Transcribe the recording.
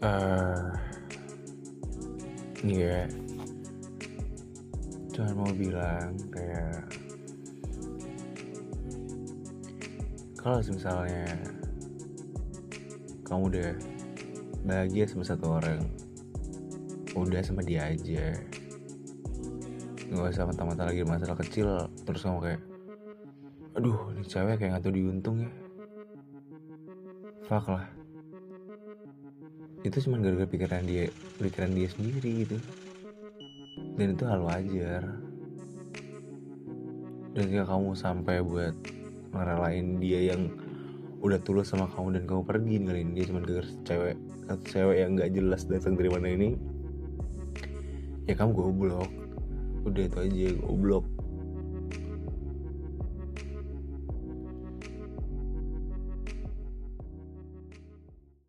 eh Iya, cuma mau bilang kayak kalau misalnya kamu udah bahagia sama satu orang, udah sama dia aja, nggak usah mata-mata lagi masalah kecil terus kamu kayak aduh ini cewek kayak nggak tahu diuntung ya. Fuck lah, itu cuma gara-gara pikiran dia sendiri gitu, dan itu hal wajar. Dan ketika kamu sampai buat ngerelain dia yang udah tulus sama kamu dan kamu pergi ninggalin dia cuma gara-gara satu cewek yang nggak jelas datang dari mana ini, ya kamu goblok. Udah itu aja, goblok.